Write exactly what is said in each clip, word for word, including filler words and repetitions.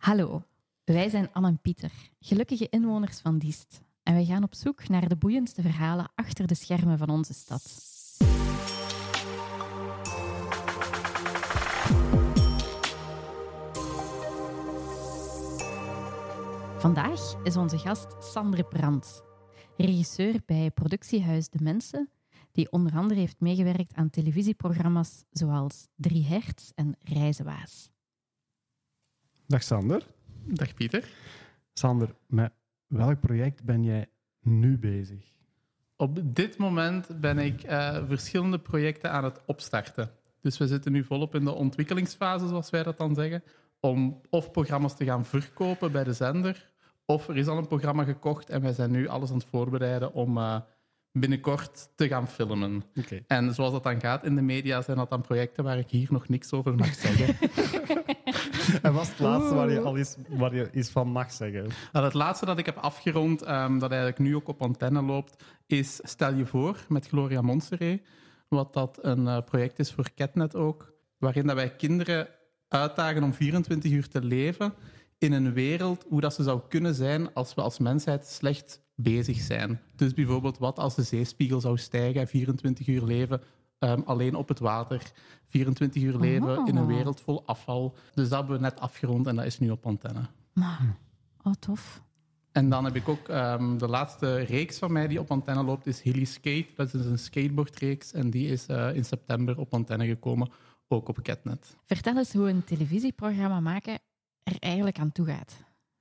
Hallo, wij zijn Anne en Pieter, gelukkige inwoners van Diest. En wij gaan op zoek naar de boeiendste verhalen achter de schermen van onze stad. Vandaag is onze gast Sander Brands, regisseur bij productiehuis De Mensen, die onder andere heeft meegewerkt aan televisieprogramma's zoals Drie Hertz en Reizenwaas. Dag Sander. Dag Pieter. Sander, met welk project ben jij nu bezig? Op dit moment ben ik uh, verschillende projecten aan het opstarten. Dus we zitten nu volop in de ontwikkelingsfase, zoals wij dat dan zeggen, om of programma's te gaan verkopen bij de zender, of er is al een programma gekocht en wij zijn nu alles aan het voorbereiden om uh, binnenkort te gaan filmen. Okay. En zoals dat dan gaat in de media, zijn dat dan projecten waar ik hier nog niks over mag zeggen. En wat is het laatste waar je al iets, waar je iets van mag zeggen? Nou, het laatste dat ik heb afgerond, um, dat eigenlijk nu ook op antenne loopt, is Stel je voor, met Gloria Monseré. Wat dat een uh, project is voor Ketnet ook, waarin dat wij kinderen uitdagen om vierentwintig uur te leven in een wereld hoe dat ze zou kunnen zijn als we als mensheid slecht bezig zijn. Dus bijvoorbeeld wat als de zeespiegel zou stijgen en vierentwintig uur leven um, alleen op het water. vierentwintig uur leven oh. in een wereld vol afval. Dus dat hebben we net afgerond en dat is nu op antenne. Maar, oh, tof. En dan heb ik ook um, de laatste reeks van mij die op antenne loopt, is Hilly Skate. Dat is een skateboardreeks en die is uh, in september op antenne gekomen, ook op Ketnet. Vertel eens hoe een televisieprogramma maken er eigenlijk aan toe gaat.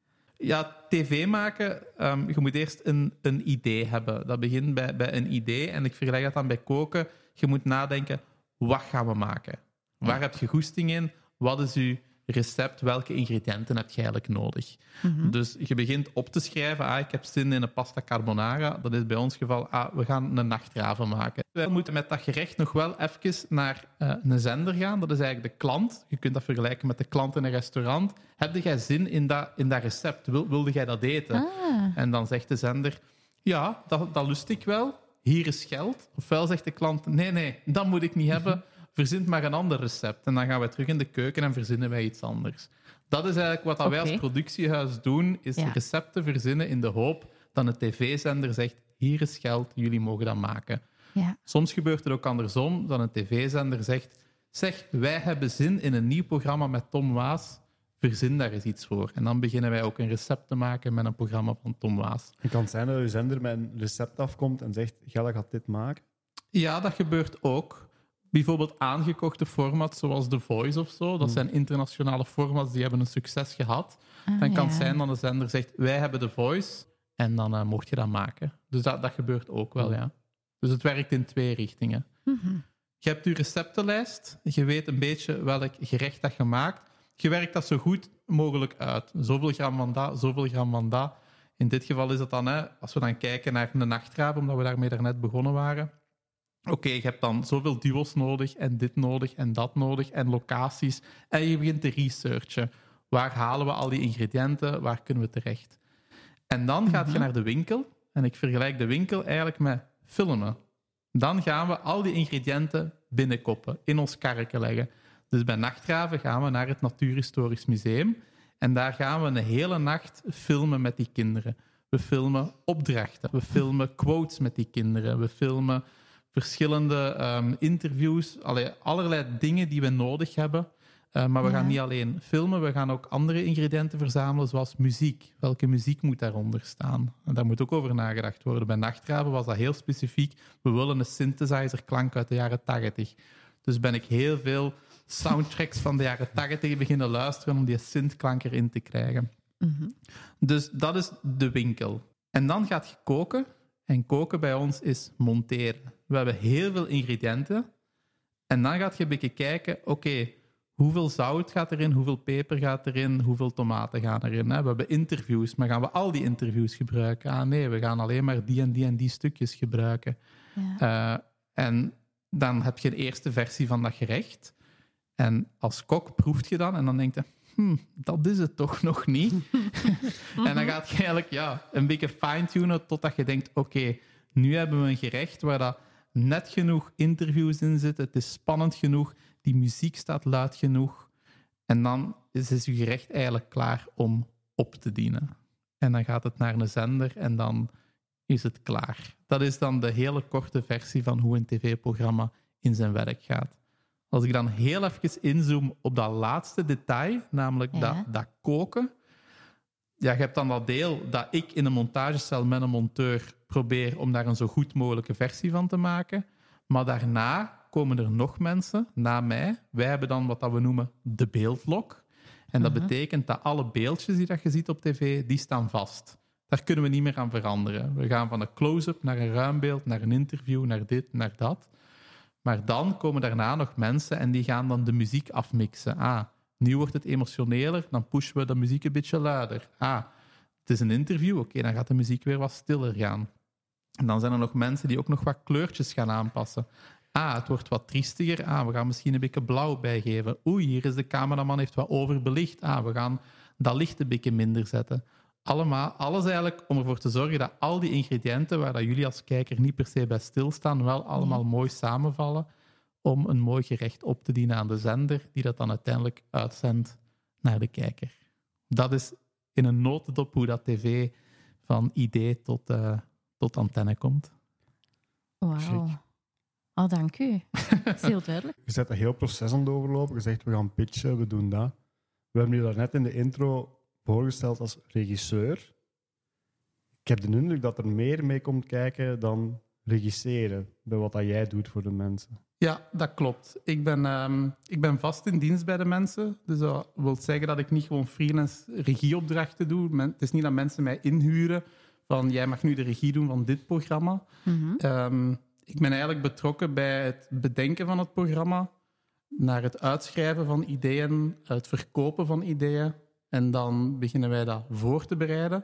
Ja, tv maken, um, je moet eerst een, een idee hebben. Dat begint bij, bij een idee en ik vergelijk dat dan bij koken. Je moet nadenken, wat gaan we maken? Waar ja. heb je goesting in? Wat is je recept? Welke ingrediënten heb je eigenlijk nodig? Mm-hmm. Dus je begint op te schrijven, ah, ik heb zin in een pasta carbonara. Dat is bij ons geval, ah, we gaan een nachtraven maken. We moeten met dat gerecht nog wel even naar uh, een zender gaan. Dat is eigenlijk de klant. Je kunt dat vergelijken met de klant in een restaurant. Heb jij zin in dat, in dat recept? Wil, wilde jij dat eten? Ah. En dan zegt de zender, ja, dat, dat lust ik wel. Hier is geld. Ofwel zegt de klant, nee, nee, dat moet ik niet hebben. Verzint maar een ander recept. En dan gaan we terug in de keuken en verzinnen wij iets anders. Dat is eigenlijk wat dat okay. wij als productiehuis doen, is ja. recepten verzinnen in de hoop dat een tv-zender zegt, hier is geld, jullie mogen dat maken. Ja. Soms gebeurt het ook andersom, dat een tv-zender zegt, zeg, wij hebben zin in een nieuw programma met Tom Waas, verzin daar eens iets voor. En dan beginnen wij ook een recept te maken met een programma van Tom Waas. Het kan zijn dat je zender met een recept afkomt en zegt, Gelle gaat dit maken? Ja, dat gebeurt ook. Bijvoorbeeld aangekochte formats zoals The Voice of zo. Dat zijn internationale formats die hebben een succes gehad. Ah, dan kan ja. het zijn dat de zender zegt, wij hebben The Voice. En dan uh, mocht je dat maken. Dus dat, dat gebeurt ook wel, ja. Dus het werkt in twee richtingen. Mm-hmm. Je hebt je receptenlijst. Je weet een beetje welk gerecht dat je maakt. Je werkt dat zo goed mogelijk uit. Zoveel gram van dat, zoveel gram van dat. In dit geval is dat dan, hè, als we dan kijken naar een nachtraven, omdat we daarmee daarnet begonnen waren. Oké, okay, je hebt dan zoveel duo's nodig en dit nodig en dat nodig en locaties. En je begint te researchen. Waar halen we al die ingrediënten? Waar kunnen we terecht? En dan gaat je naar de winkel. En ik vergelijk de winkel eigenlijk met filmen. Dan gaan we al die ingrediënten binnenkoppen, in ons karretje leggen. Dus bij Nachtraven gaan we naar het Natuurhistorisch Museum. En daar gaan we een hele nacht filmen met die kinderen. We filmen opdrachten. We filmen quotes met die kinderen. We filmen verschillende um, interviews, allee, allerlei dingen die we nodig hebben. Uh, maar we ja. gaan niet alleen filmen, we gaan ook andere ingrediënten verzamelen, zoals muziek. Welke muziek moet daaronder staan? En daar moet ook over nagedacht worden. Bij Nachtraven was dat heel specifiek. We willen een synthesizer-klank uit de jaren tachtig. Dus ben ik heel veel soundtracks van de jaren tachtig beginnen luisteren om die synth-klank erin te krijgen. Mm-hmm. Dus dat is de winkel. En dan gaat je koken. En koken bij ons is monteren. We hebben heel veel ingrediënten. En dan gaat je een beetje kijken, oké, okay, hoeveel zout gaat erin, hoeveel peper gaat erin, hoeveel tomaten gaan erin. Hè? We hebben interviews, maar gaan we al die interviews gebruiken? Ah nee, we gaan alleen maar die en die en die stukjes gebruiken. Ja. Uh, en dan heb je een eerste versie van dat gerecht. En als kok proeft je dan en dan denk je, hm, dat is het toch nog niet. En dan gaat je eigenlijk ja, een beetje fine-tunen totdat je denkt, oké, okay, nu hebben we een gerecht waar dat net genoeg interviews in zitten. Het is spannend genoeg. Die muziek staat luid genoeg. En dan is, is je gerecht eigenlijk klaar om op te dienen. En dan gaat het naar een zender en dan is het klaar. Dat is dan de hele korte versie van hoe een tv-programma in zijn werk gaat. Als ik dan heel even inzoom op dat laatste detail, namelijk Ja. dat, dat koken. Ja, je hebt dan dat deel dat ik in een montagecel met een monteur probeer om daar een zo goed mogelijke versie van te maken. Maar daarna komen er nog mensen, na mij. Wij hebben dan wat dat we noemen de beeldlok. En dat Mhm. betekent dat alle beeldjes die dat je ziet op tv, die staan vast. Daar kunnen we niet meer aan veranderen. We gaan van een close-up naar een ruimbeeld, naar een interview, naar dit, naar dat. Maar dan komen daarna nog mensen en die gaan dan de muziek afmixen. Ah, nu wordt het emotioneler, dan pushen we de muziek een beetje luider. Ah, het is een interview, oké, dan gaat de muziek weer wat stiller gaan. En dan zijn er nog mensen die ook nog wat kleurtjes gaan aanpassen. Ah, het wordt wat triestiger. Ah, we gaan misschien een beetje blauw bijgeven. Oei, hier is de cameraman heeft wat overbelicht. Ah, we gaan dat licht een beetje minder zetten. Allemaal, alles eigenlijk om ervoor te zorgen dat al die ingrediënten, waar dat jullie als kijker niet per se bij stilstaan, wel allemaal Ja. mooi samenvallen om een mooi gerecht op te dienen aan de zender, die dat dan uiteindelijk uitzendt naar de kijker. Dat is in een notendop hoe dat tv van idee tot, uh, tot antenne komt. Wauw. Chic. Oh, dank u. Dat is heel duidelijk. Je zet een heel proces aan het overlopen. Je zegt, we gaan pitchen, we doen dat. We hebben je daarnet in de intro voorgesteld als regisseur. Ik heb de indruk dat er meer mee komt kijken dan regisseren, bij wat dat jij doet voor de mensen. Ja, dat klopt. Ik ben, um, ik ben vast in dienst bij de mensen. Dus dat wil zeggen dat ik niet gewoon freelance regieopdrachten doe. Men, het is niet dat mensen mij inhuren van jij mag nu de regie doen van dit programma. Mhm. Um, ik ben eigenlijk betrokken bij het bedenken van het programma, naar het uitschrijven van ideeën, het verkopen van ideeën. En dan beginnen wij dat voor te bereiden.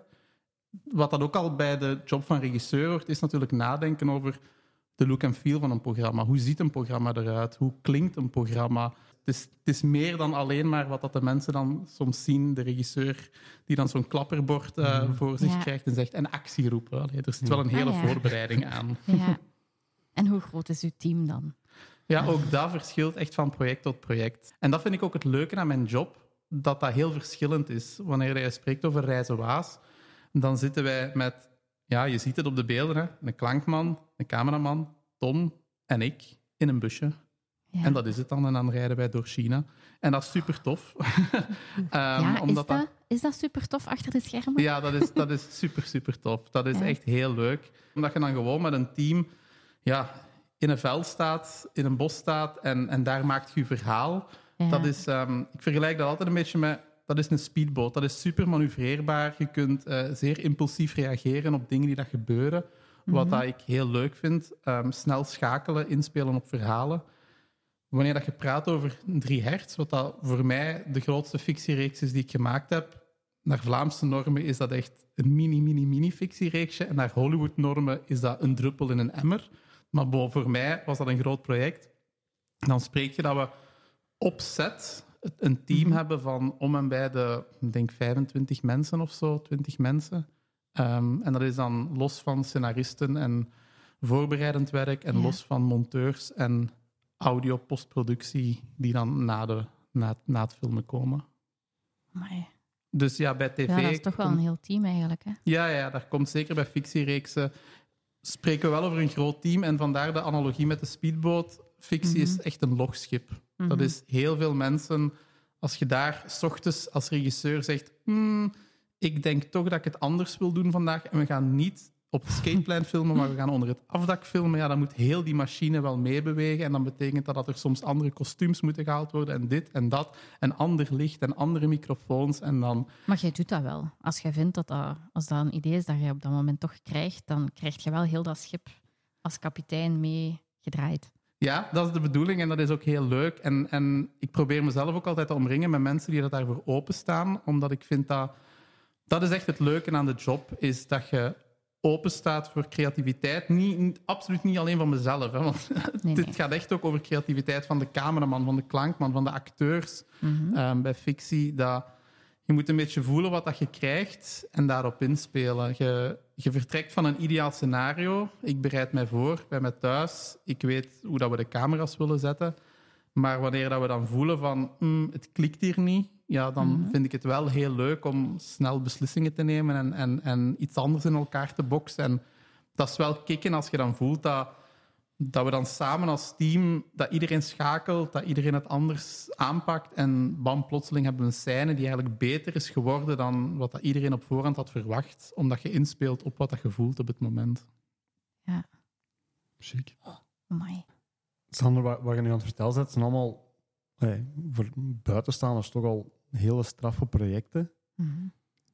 Wat dat ook al bij de job van regisseur hoort, is natuurlijk nadenken over de look en feel van een programma. Hoe ziet een programma eruit? Hoe klinkt een programma? Het is, het is meer dan alleen maar wat dat de mensen dan soms zien. De regisseur die dan zo'n klapperbord uh, Mhm. voor zich Ja. krijgt en zegt en actie roepen. Allee, er zit wel een hele Ah, ja. voorbereiding aan. Ja. En hoe groot is uw team dan? Ja, ook dat verschilt echt van project tot project. En dat vind ik ook het leuke aan mijn job, dat dat heel verschillend is. Wanneer je spreekt over Reizen Waas, dan zitten wij met, ja, je ziet het op de beelden, hè, een klankman, een cameraman, Tom en ik in een busje. Ja. En dat is het dan. En dan rijden wij door China. En dat is super tof. um, ja, is, omdat dat, is dat super tof achter de schermen? Ja, dat is, dat is super, super tof. Dat is Ja. echt heel leuk. Omdat je dan gewoon met een team ja, in een veld staat, in een bos staat en, en daar maakt je je verhaal. Ja. Dat is, um, ik vergelijk dat altijd een beetje met... Dat is een speedboot. Dat is super manoeuvreerbaar. Je kunt uh, zeer impulsief reageren op dingen die dat gebeuren. Wat Mhm. dat ik heel leuk vind. Um, snel schakelen, inspelen op verhalen. Wanneer dat je praat over drie hertz, wat dat voor mij de grootste fictiereeks is die ik gemaakt heb, naar Vlaamse normen is dat echt een mini, mini, mini fictiereeksje. En naar Hollywood-normen is dat een druppel in een emmer. Maar bon, voor mij was dat een groot project. Dan spreek je dat we op set een team Mhm. hebben van om en bij de, ik denk vijfentwintig mensen of zo, twintig mensen. Um, en dat is dan los van scenaristen en voorbereidend werk en Ja. los van monteurs en audio-postproductie die dan na, de, na, na het filmen komen. Amai. Dus ja, bij tv... Ja, dat is toch wel een heel team eigenlijk. Hè? Ja, ja, daar komt zeker bij fictiereeksen. Spreken we wel over een groot team en vandaar de analogie met de speedboot. Fictie Mhm. is echt een logschip. Mhm. Dat is heel veel mensen. Als je daar 's ochtends als regisseur zegt, hmm, ik denk toch dat ik het anders wil doen vandaag en we gaan niet op het skateplein filmen, maar we gaan onder het afdak filmen, ja, dan moet heel die machine wel meebewegen en dan betekent dat dat er soms andere kostuums moeten gehaald worden en dit en dat en ander licht en andere microfoons en dan... Maar jij doet dat wel. Als jij vindt dat, dat als dat een idee is dat je op dat moment toch krijgt, dan krijg je wel heel dat schip als kapitein mee gedraaid. Ja, dat is de bedoeling en dat is ook heel leuk. En, en ik probeer mezelf ook altijd te omringen met mensen die er daarvoor openstaan, omdat ik vind dat... Dat is echt het leuke aan de job, is dat je open staat voor creativiteit. Niet, niet- absoluut niet alleen van mezelf, hè, want Nee, dit nee. gaat echt ook over creativiteit van de cameraman, van de klankman, van de acteurs Mhm. um, bij fictie. Dat, je moet een beetje voelen wat dat je krijgt en daarop inspelen. Je, je vertrekt van een ideaal scenario. Ik bereid mij voor bij mij thuis. Ik weet hoe dat we de camera's willen zetten. Maar wanneer dat we dan voelen van mm, het klikt hier niet, ja, dan Mhm. vind ik het wel heel leuk om snel beslissingen te nemen en, en, en iets anders in elkaar te boksen. En dat is wel kicken als je dan voelt dat, dat we dan samen als team, dat iedereen schakelt, dat iedereen het anders aanpakt en bam, plotseling hebben we een scène die eigenlijk beter is geworden dan wat dat iedereen op voorhand had verwacht, omdat je inspeelt op wat dat je voelt op het moment. Ja. Chic. Amai. Sander, wat, wat je nu aan het vertellen bent, zijn allemaal eh, voor buitenstaanders toch al hele straffe projecten. Mhm.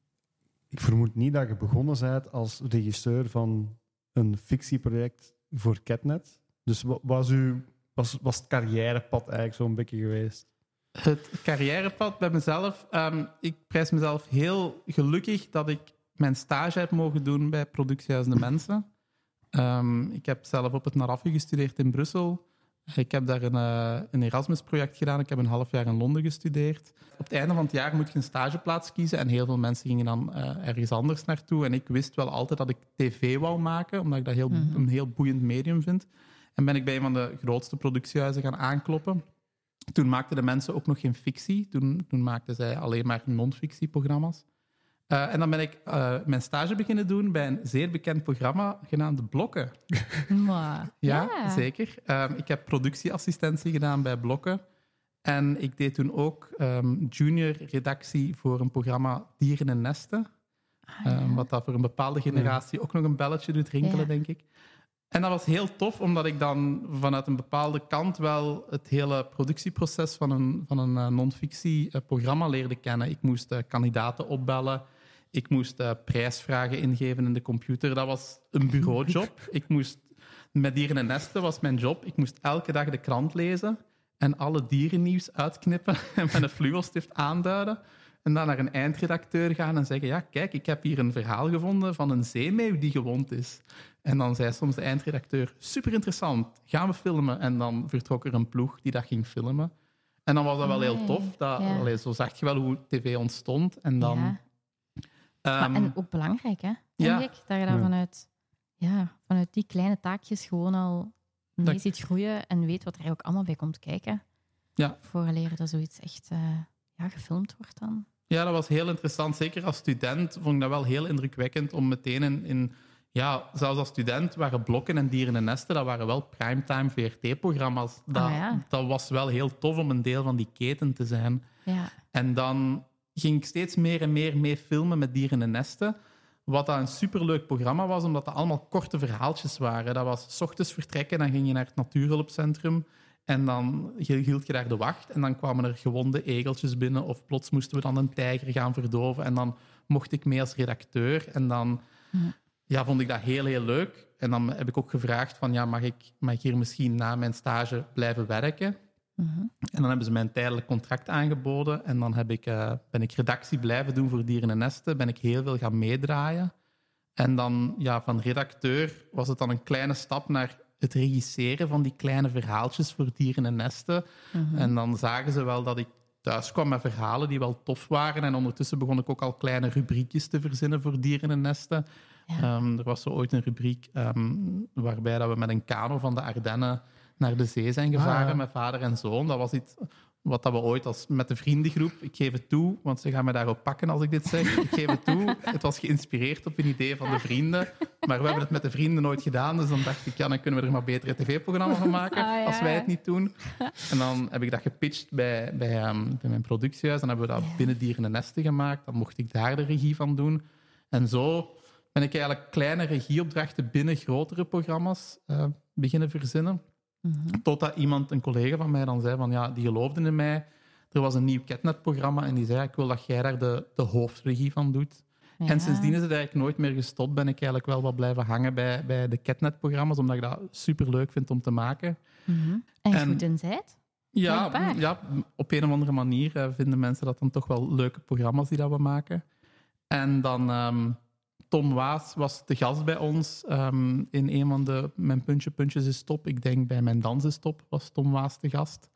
Ik vermoed niet dat je begonnen bent als regisseur van een fictieproject voor Catnet. Dus wat was, uw, was, was het carrièrepad eigenlijk zo'n beetje geweest? Het carrièrepad bij mezelf. Um, ik prijs mezelf heel gelukkig dat ik mijn stage heb mogen doen bij Productiehuis De Mensen. Um, ik heb zelf op het Narafi gestudeerd in Brussel. Ik heb daar een, uh, een Erasmus-project gedaan. Ik heb een half jaar in Londen gestudeerd. Op het einde van het jaar moet je een stageplaats kiezen. En heel veel mensen gingen dan uh, ergens anders naartoe. En ik wist wel altijd dat ik tv wou maken, omdat ik dat heel, Mhm. een heel boeiend medium vind. En ben ik bij een van de grootste productiehuizen gaan aankloppen. Toen maakten de mensen ook nog geen fictie. Toen, toen maakten zij alleen maar non-fictieprogramma's. Uh, en dan ben ik uh, mijn stage beginnen doen bij een zeer bekend programma genaamd De Blokken. Maar, Ja, ja. zeker. Um, ik heb productieassistentie gedaan bij Blokken. En ik deed toen ook um, junior redactie voor een programma Dieren en Nesten. Ah, ja. Um, wat dat voor een bepaalde generatie ook nog een belletje doet rinkelen, Ja. denk ik. En dat was heel tof, omdat ik dan vanuit een bepaalde kant wel het hele productieproces van een, van een uh, non-fictie-programma leerde kennen. Ik moest uh, kandidaten opbellen. Ik moest uh, prijsvragen ingeven in de computer. Dat was een bureaujob. Ik moest, met Dieren en Nesten was mijn job. Ik moest elke dag de krant lezen en alle dierennieuws uitknippen en met een fluostift aanduiden. En dan naar een eindredacteur gaan en zeggen, ja, kijk, ik heb hier een verhaal gevonden van een zeemeeuw die gewond is. En dan zei soms de eindredacteur, super interessant, gaan we filmen? En dan vertrok er een ploeg die dat ging filmen. En dan was dat wel heel Amai, tof. Dat, ja. allee, zo zag je wel hoe tv ontstond. En dan... Ja. ehm, Maar, en ook belangrijk, hè? Denk ja. ik, dat je daar Ja. vanuit, ja, vanuit die kleine taakjes gewoon al mee Dat- ziet groeien en weet wat er eigenlijk allemaal bij komt kijken. Ja. Vooraleer dat zoiets echt uh, ja, gefilmd wordt dan. Ja, dat was heel interessant. Zeker als student vond ik dat wel heel indrukwekkend om meteen in... in ja, zelfs als student waren Blokken en Dieren en Nesten, dat waren wel primetime V R T-programma's. Dat, Ah, ja. dat was wel heel tof om een deel van die keten te zijn. Ja. En dan ging ik steeds meer en meer mee filmen met Dieren en Nesten. Wat dat een superleuk programma was, omdat dat allemaal korte verhaaltjes waren. Dat was 's ochtends vertrekken, dan ging je naar het natuurhulpcentrum en dan hield je daar de wacht. En dan kwamen er gewonde egeltjes binnen of plots moesten we dan een tijger gaan verdoven. En dan mocht ik mee als redacteur. En dan Ja. ja, vond ik dat heel, heel leuk. En dan heb ik ook gevraagd van, ja, mag ik, mag ik hier misschien na mijn stage blijven werken? Mhm. En dan hebben ze mij een tijdelijk contract aangeboden. En dan heb ik, uh, ben ik redactie blijven doen voor Dieren en Nesten. Ben ik heel veel gaan meedraaien. En dan ja, van redacteur was het dan een kleine stap naar het regisseren van die kleine verhaaltjes voor Dieren en Nesten. Mhm. En dan zagen ze wel dat ik thuis kwam met verhalen die wel tof waren. En ondertussen begon ik ook al kleine rubriekjes te verzinnen voor Dieren en Nesten. Ja. Um, er was zo ooit een rubriek um, waarbij dat we met een kano van de Ardennen naar de zee zijn gevaren Ah, ja. met vader en zoon. Dat was iets wat dat we ooit als met de vriendengroep... Ik geef het toe, want ze gaan me daarop pakken als ik dit zeg. Ik geef het toe. Het was geïnspireerd op een idee van de vrienden. Maar we hebben het met de vrienden nooit gedaan. Dus dan dacht ik, ja, dan kunnen we er maar beter een tv-programma van maken. Ah, ja. Als wij het niet doen. En dan heb ik dat gepitcht bij, bij, um, bij mijn productiehuis. Dan hebben we dat Ja. binnen Dieren en Nesten gemaakt. Dan mocht ik daar de regie van doen. En zo ben ik eigenlijk kleine regieopdrachten binnen grotere programma's uh, beginnen verzinnen. Mhm. Totdat iemand, een collega van mij, dan zei van ja, die geloofde in mij. Er was een nieuw Catnet-programma en die zei ik wil dat jij daar de, de hoofdregie van doet. Ja. En sindsdien is het eigenlijk nooit meer gestopt. Ben ik eigenlijk wel wat blijven hangen bij, bij de Catnet-programma's, omdat ik dat superleuk vind om te maken. Mhm. En En- goed in zijt? Ja, Blijkbaar. ja, op een of andere manier uh, vinden mensen dat dan toch wel leuke programma's die dat we maken. En dan um, Tom Waas was de gast bij ons um, in een van de Mijn Puntje Puntjes is Top. Ik denk bij Mijn Dans is Top was Tom Waas de gast.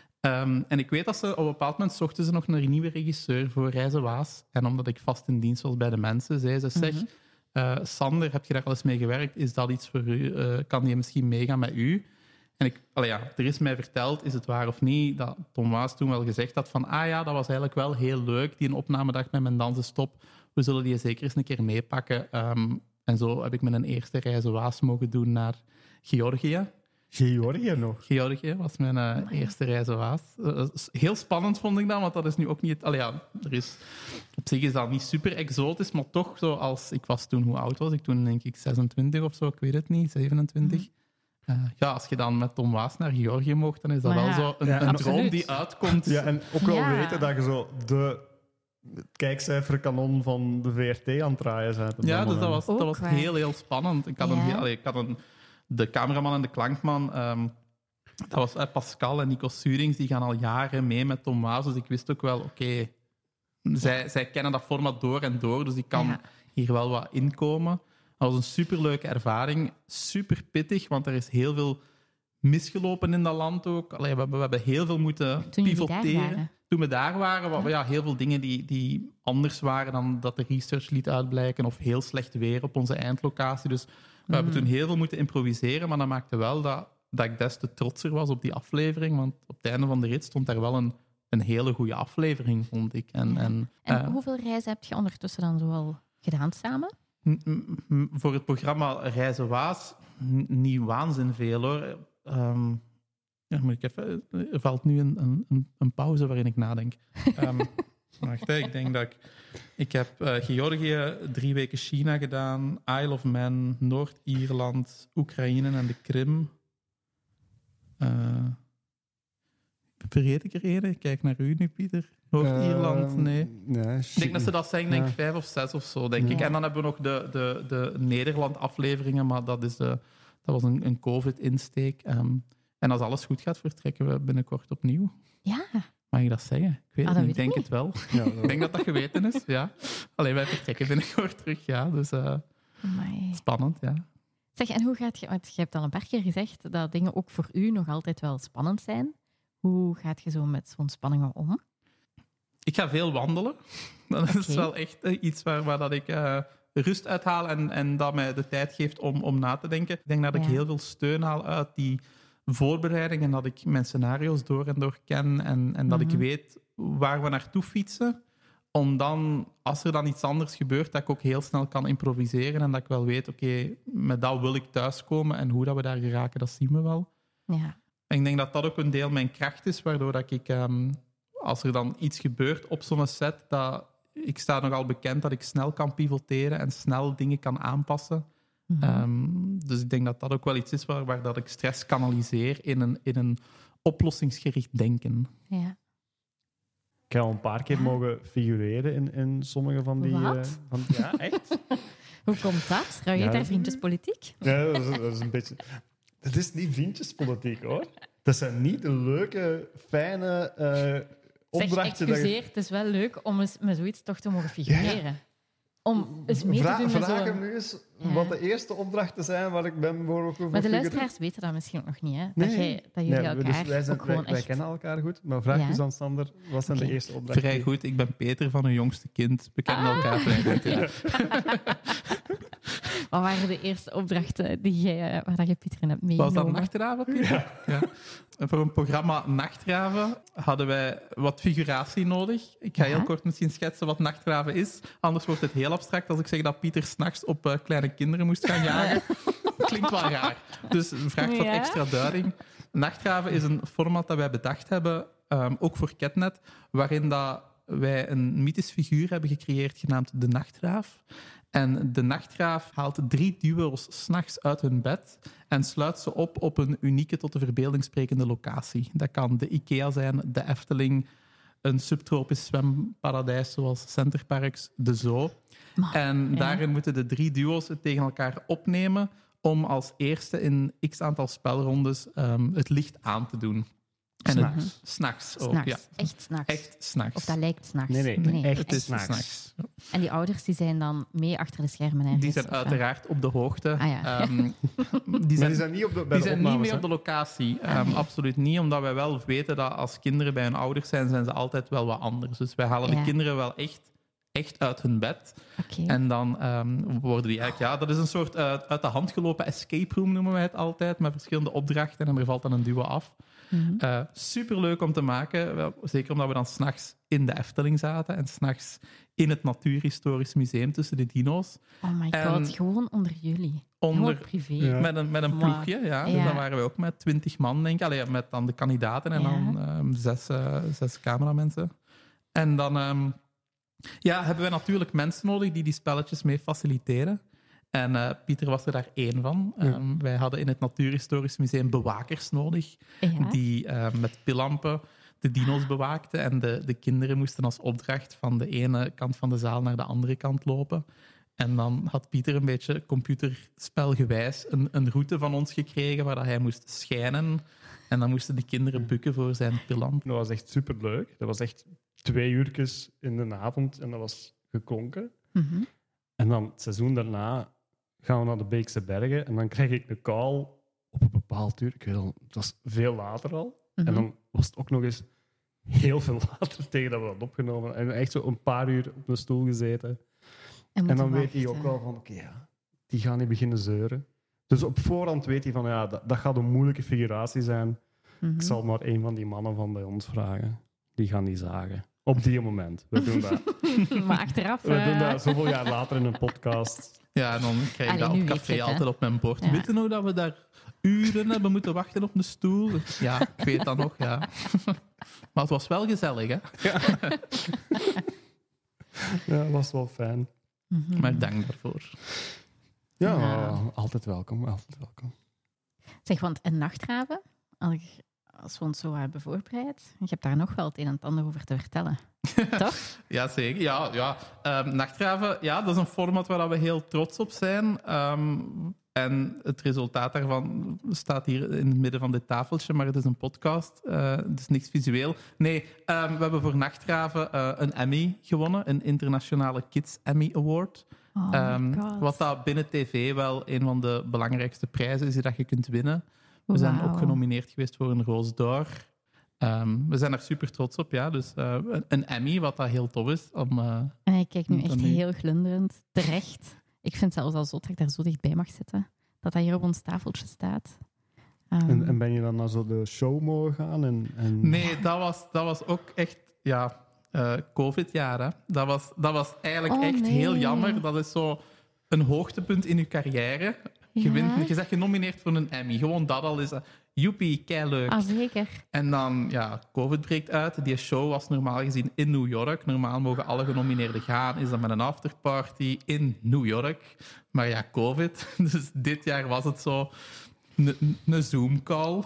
Um, en ik weet dat ze op een bepaald moment zochten ze nog naar een nieuwe regisseur voor Reizen Waas. En omdat ik vast in dienst was bij de mensen, zei ze, zeg, Mhm. uh, Sander, heb je daar al eens mee gewerkt? Is dat iets voor u? Uh, kan die misschien meegaan met u? En ik, allee, ja, er is mij verteld, is het waar of niet, dat Tom Waas toen wel gezegd had van ah ja, dat was eigenlijk wel heel leuk, die een opnamedag met mijn dansenstop. We zullen die zeker eens een keer meepakken. Um, en zo heb ik mijn eerste reizen Waas mogen doen naar Georgië. Georgië nog? Georgië was mijn uh, eerste reizen Waas. Uh, heel spannend vond ik dat, want dat is nu ook niet... Allee, ja, er is, op zich is dat niet super exotisch, maar toch zo als... Ik was toen, hoe oud was ik toen? Denk ik zesentwintig of zo, ik weet het niet, zevenentwintig. Mm. Uh, ja, als je dan met Tom Waas naar Georgië mocht, dan is dat maar wel ja. zo een, ja, een droom die uitkomt. Ja, en ook wel ja. weten dat je zo de kijkcijferkanon van de V R T aan het draaien bent. Ja, dus dat was, dat was heel, heel spannend. Ik had, ja. een, heel, allee, ik had een, de cameraman en de klankman, um, dat was uh, Pascal en Nico Surings, die gaan al jaren mee met Tom Waas, dus ik wist ook wel, oké, okay, zij, ja. zij kennen dat format door en door, dus ik kan ja. hier wel wat inkomen. Dat was een superleuke ervaring. Super pittig, want er is heel veel misgelopen in dat land ook. Allee, we, hebben, we hebben heel veel moeten Toen pivoteren. Toen we daar waren, waren ja, heel veel dingen die, die anders waren dan dat de research liet uitblijken. Of heel slecht weer op onze eindlocatie. Dus we mm. hebben toen heel veel moeten improviseren. Maar dat maakte wel dat, dat ik des te trotser was op die aflevering. Want op het einde van de rit stond daar wel een, een hele goede aflevering, vond ik. En, ja. en, en uh, hoeveel reizen heb je ondertussen dan zoal gedaan samen? Voor het programma Reizen Waas niet waanzin veel, hoor. Um, ja, moet ik even, er valt nu een, een, een pauze waarin ik nadenk. Um, wacht, hè, ik denk dat ik... Ik heb uh, Georgië, drie weken China gedaan, Isle of Man, Noord-Ierland, Oekraïne en de Krim. Uh, vergeet ik er een? Ik kijk naar u nu, Pieter. Noord-Ierland, nee. Uh, nee ik denk dat ze dat zeggen, denk ik, ja. vijf of zes of zo, denk ja. ik. En dan hebben we nog de, de, de Nederland-afleveringen, maar dat, is de, dat was een, een COVID-insteek. Um, en als alles goed gaat, vertrekken we binnenkort opnieuw. Ja. Mag je dat zeggen? Ik weet ah, het niet, weet ik denk niet. het wel. Ja, ik denk dat dat geweten is, ja. Alleen wij vertrekken binnenkort terug, ja. Dus uh, spannend, ja. Zeg, en hoe gaat je... Want je hebt al een paar keer gezegd dat dingen ook voor u nog altijd wel spannend zijn. Hoe gaat je zo met zo'n spanningen om? Ik ga veel wandelen. Dat okay. is wel echt uh, iets waar, waar dat ik uh, rust uithaal en, en dat mij de tijd geeft om, om na te denken. Ik denk dat ik ja. heel veel steun haal uit die voorbereiding en dat ik mijn scenario's door en door ken en, en dat mm-hmm. ik weet waar we naartoe fietsen. Om dan, als er dan iets anders gebeurt, dat ik ook heel snel kan improviseren en dat ik wel weet, oké, okay, met dat wil ik thuiskomen en hoe dat we daar geraken, dat zien we wel. Ja. En ik denk dat dat ook een deel mijn kracht is, waardoor dat ik... Um, als er dan iets gebeurt op zo'n set, dat ik sta nogal bekend dat ik snel kan pivoteren en snel dingen kan aanpassen. Mm-hmm. Um, dus ik denk dat dat ook wel iets is waar, waar dat ik stress kanaliseer in een, in een oplossingsgericht denken. Ja. Ik heb al een paar keer ja. mogen figureren in, in sommige van die... Wat? Uh, van, ja, echt. Hoe komt dat? Ga je ja, daar vriendjespolitiek? Ja, dat is, dat is een beetje... Dat is niet vriendjespolitiek, hoor. Dat zijn niet de leuke, fijne... Uh, Zeg, excuseer, je... het is wel leuk om eens met zoiets toch te mogen figureren. Ja. Om eens mee Vra- te doen met Vraag zo'n... hem nu eens ja. wat de eerste opdrachten zijn waar ik ben voor... voor maar de luisteraars weten dat misschien ook nog niet, hè? Dat, nee. jij, dat jullie nee, elkaar dus wij, zijn, ook gewoon wij, wij echt... kennen elkaar goed, maar vraag ja. eens aan Sander, wat zijn okay. de eerste opdrachten? Vrij goed, ik ben Peter van hun jongste kind. We kennen ah. elkaar vrij goed, ja. Wat waren de eerste opdrachten die jij, waar dat je Pieter in hebt meegenomen? Was dat Nachtraven, Pieter? Ja. Ja. En voor een programma Nachtraven hadden wij wat figuratie nodig. Ik ga heel ja. kort misschien schetsen wat Nachtraven is. Anders wordt het heel abstract als ik zeg dat Pieter 's nachts op uh, kleine kinderen moest gaan jagen. Klinkt wel raar. Dus vraagt wat ja. extra duiding. Nachtraven is een format dat wij bedacht hebben, um, ook voor Ketnet, waarin dat wij een mythisch figuur hebben gecreëerd genaamd de Nachtraaf. En de Nachtraaf haalt drie duo's 's nachts uit hun bed en sluit ze op op een unieke, tot de verbeelding sprekende locatie. Dat kan de IKEA zijn, de Efteling, een subtropisch zwemparadijs zoals Centerparks, de Zoo. Maar, en ja. daarin moeten de drie duo's het tegen elkaar opnemen om als eerste in x aantal spelrondes um, het licht aan te doen. S'nachts. En s'nachts ook, s'nachts. ja. Echt s'nachts. Echt s'nachts. Of dat lijkt s'nachts. Nee, nee, nee. Echt, het is s'nachts. s'nachts. En die ouders die zijn dan mee achter de schermen ergens? Die zijn uiteraard op de hoogte. Ah, ja. um, die zijn, zijn, die zijn niet, op de, bij die de zijn opnames, niet mee hè? op de locatie. Um, ah, nee. Absoluut niet, omdat wij wel weten dat als kinderen bij hun ouders zijn, zijn ze altijd wel wat anders. Dus wij halen ja. de kinderen wel echt echt uit hun bed. Oké. En dan um, worden die eigenlijk... Ja, dat is een soort uh, uit de hand gelopen escape room, noemen wij het altijd, met verschillende opdrachten en er valt dan een duo af. Mhm. Uh, superleuk om te maken, zeker omdat we dan s'nachts in de Efteling zaten en s'nachts in het Natuurhistorisch Museum tussen de dino's. Oh my En god, gewoon onder jullie. Onder, Gewoon privé. Ja. met een, met een Maar- ploegje, ja. Dus ja. dan waren we ook met twintig man, denk ik. Allee, met dan de kandidaten en Ja. dan um, zes, uh, zes cameramensen. En dan um, ja, hebben wij natuurlijk mensen nodig die die spelletjes mee faciliteren. En uh, Pieter was er daar één van. Ja. Um, wij hadden in het Natuurhistorisch Museum bewakers nodig, Ja. die uh, met pillampen de dino's bewaakten. En de, de kinderen moesten als opdracht van de ene kant van de zaal naar de andere kant lopen. En dan had Pieter een beetje computerspelgewijs een, een route van ons gekregen waar dat hij moest schijnen. En dan moesten de kinderen bukken voor zijn pillamp. Dat was echt superleuk. Dat was echt twee uurtjes in de avond en dat was geklonken. Mhm. En dan het seizoen daarna gaan we naar de Beekse Bergen en dan krijg ik een call op een bepaald uur. Ik weet al, het was veel later al. Mhm. En dan was het ook nog eens heel veel later tegen dat we dat opgenomen. En echt zo een paar uur op een stoel gezeten. En, En moeten dan weet hij ook wachten. wel van, oké, ja, die gaan niet beginnen zeuren. Dus op voorhand weet hij van, ja, dat, dat gaat een moeilijke figuratie zijn. Mhm. Ik zal maar een van die mannen van bij ons vragen. Die gaan die zagen. Op die moment. We doen dat. Maar achteraf... We eh, doen dat zoveel jaar later in een podcast. Ja, en dan krijg ik Allee, dat nu op weet je café het, hè. altijd op mijn bord. Ja. Weet je nog dat we daar uren hebben moeten wachten op een stoel? Ja, ik weet dat nog, ja. Maar het was wel gezellig, hè? Ja, dat was wel fijn. mhm. Maar dank daarvoor. Ja, Ja. altijd welkom. Altijd welkom. Zeg, want een nachtraven, als, ik- als we ons zo hebben voorbereid, je hebt daar nog wel het een en het ander over te vertellen. Toch? Ja, zeker. Ja, ja. Ehm, Nachtraven, ja, dat is een format waar we heel trots op zijn. Ehm, en het resultaat daarvan staat hier in het midden van dit tafeltje, maar het is een podcast, uh, het is niks visueel. Nee, ehm, we hebben voor Nachtraven uh, een Emmy gewonnen, een internationale Kids Emmy Award. Oh my Ehm, god. wat dat binnen tv wel een van de belangrijkste prijzen is die dat je kunt winnen. We zijn Wauw. ook genomineerd geweest voor een Roos d'Or. Um, we zijn er super trots op, ja. Dus uh, een, een Emmy, wat dat heel tof is. Om, uh, En ik kijk nu Dan echt nu. heel glunderend. Terecht. Ik vind zelfs al zo dat ik daar zo dichtbij mag zitten. Dat dat hier op ons tafeltje staat. Ehm, En, en ben je dan naar zo de show mogen gaan? En, en... nee, dat was, dat was ook echt... Ja, uh, COVID-jaar, hè. Dat was, dat was eigenlijk Oh, echt nee. heel jammer. Dat is zo een hoogtepunt in je carrière. Je, Ja? wint, je bent genomineerd voor een Emmy. Gewoon dat al is... Uh, joepie, keileuk. Ah, zeker. En dan, ja, COVID breekt uit. Die show was normaal gezien in New York. Normaal mogen alle genomineerden gaan. Is dat met een afterparty in New York. Maar ja, COVID. Dus dit jaar was het zo een- een Zoom-call.